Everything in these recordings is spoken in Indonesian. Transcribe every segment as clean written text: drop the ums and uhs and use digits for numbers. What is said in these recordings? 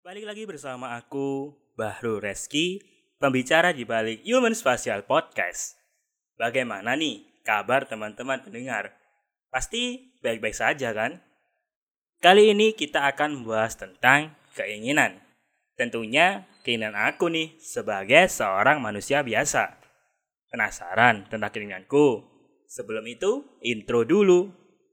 Balik lagi bersama aku, Bahru Reski, pembicara di balik Human Spatial Podcast. Bagaimana nih kabar teman-teman pendengar? Pasti baik-baik saja kan? Kali ini kita akan membahas tentang keinginan. Tentunya keinginan aku nih sebagai seorang manusia biasa. Penasaran tentang keinginanku? Sebelum itu, intro dulu.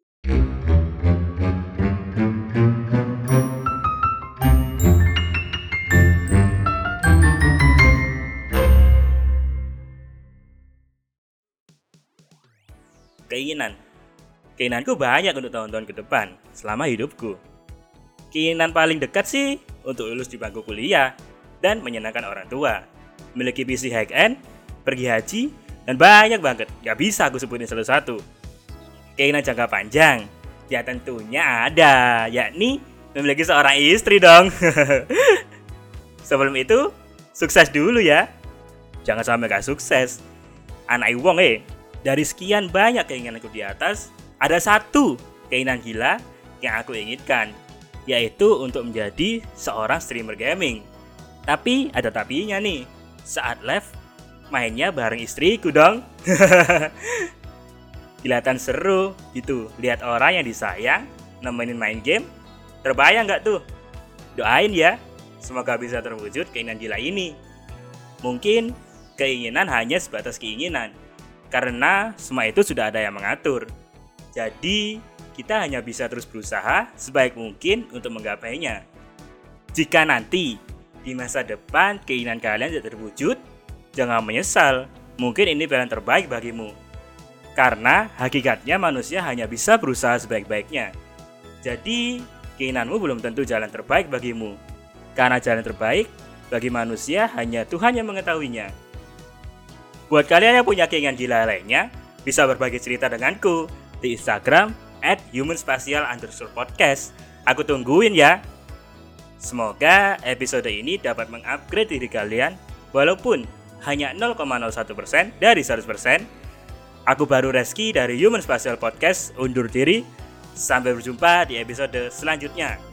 Keinginanku banyak untuk tahun-tahun ke depan selama hidupku. Keinginan paling dekat sih untuk lulus di bangku kuliah dan menyenangkan orang tua, memiliki PC high-end, pergi haji, dan banyak banget, gak bisa aku sebutin satu-satu. Keinginan jangka panjang, ya tentunya ada, yakni memiliki seorang istri dong. Sebelum itu, sukses dulu ya. Jangan sampai gak sukses. Anak wong dari sekian banyak keinginanku di atas, ada satu keinginan gila yang aku inginkan, yaitu untuk menjadi seorang streamer gaming. Tapi ada tapinya nih, saat live mainnya bareng istriku dong. Kelihatan seru gitu, lihat orang yang disayang nemenin main game. Terbayang gak tuh? Doain ya, semoga bisa terwujud keinginan gila ini. Mungkin keinginan hanya sebatas keinginan, karena semua itu sudah ada yang mengatur. Jadi, kita hanya bisa terus berusaha sebaik mungkin untuk menggapainya. Jika nanti di masa depan keinginan kalian tidak terwujud, jangan menyesal. Mungkin ini pilihan terbaik bagimu. Karena hakikatnya manusia hanya bisa berusaha sebaik-baiknya. Jadi, keinginanmu belum tentu jalan terbaik bagimu. Karena jalan terbaik bagi manusia hanya Tuhan yang mengetahuinya. Buat kalian yang punya keinginan gila lainnya, bisa berbagi cerita denganku di Instagram @humanspatial_podcast. Aku tungguin ya. Semoga episode ini dapat mengupgrade diri kalian, walaupun hanya 0,01% dari 100%. Aku Bahru Reski dari Human Spatial Podcast undur diri. Sampai berjumpa di episode selanjutnya.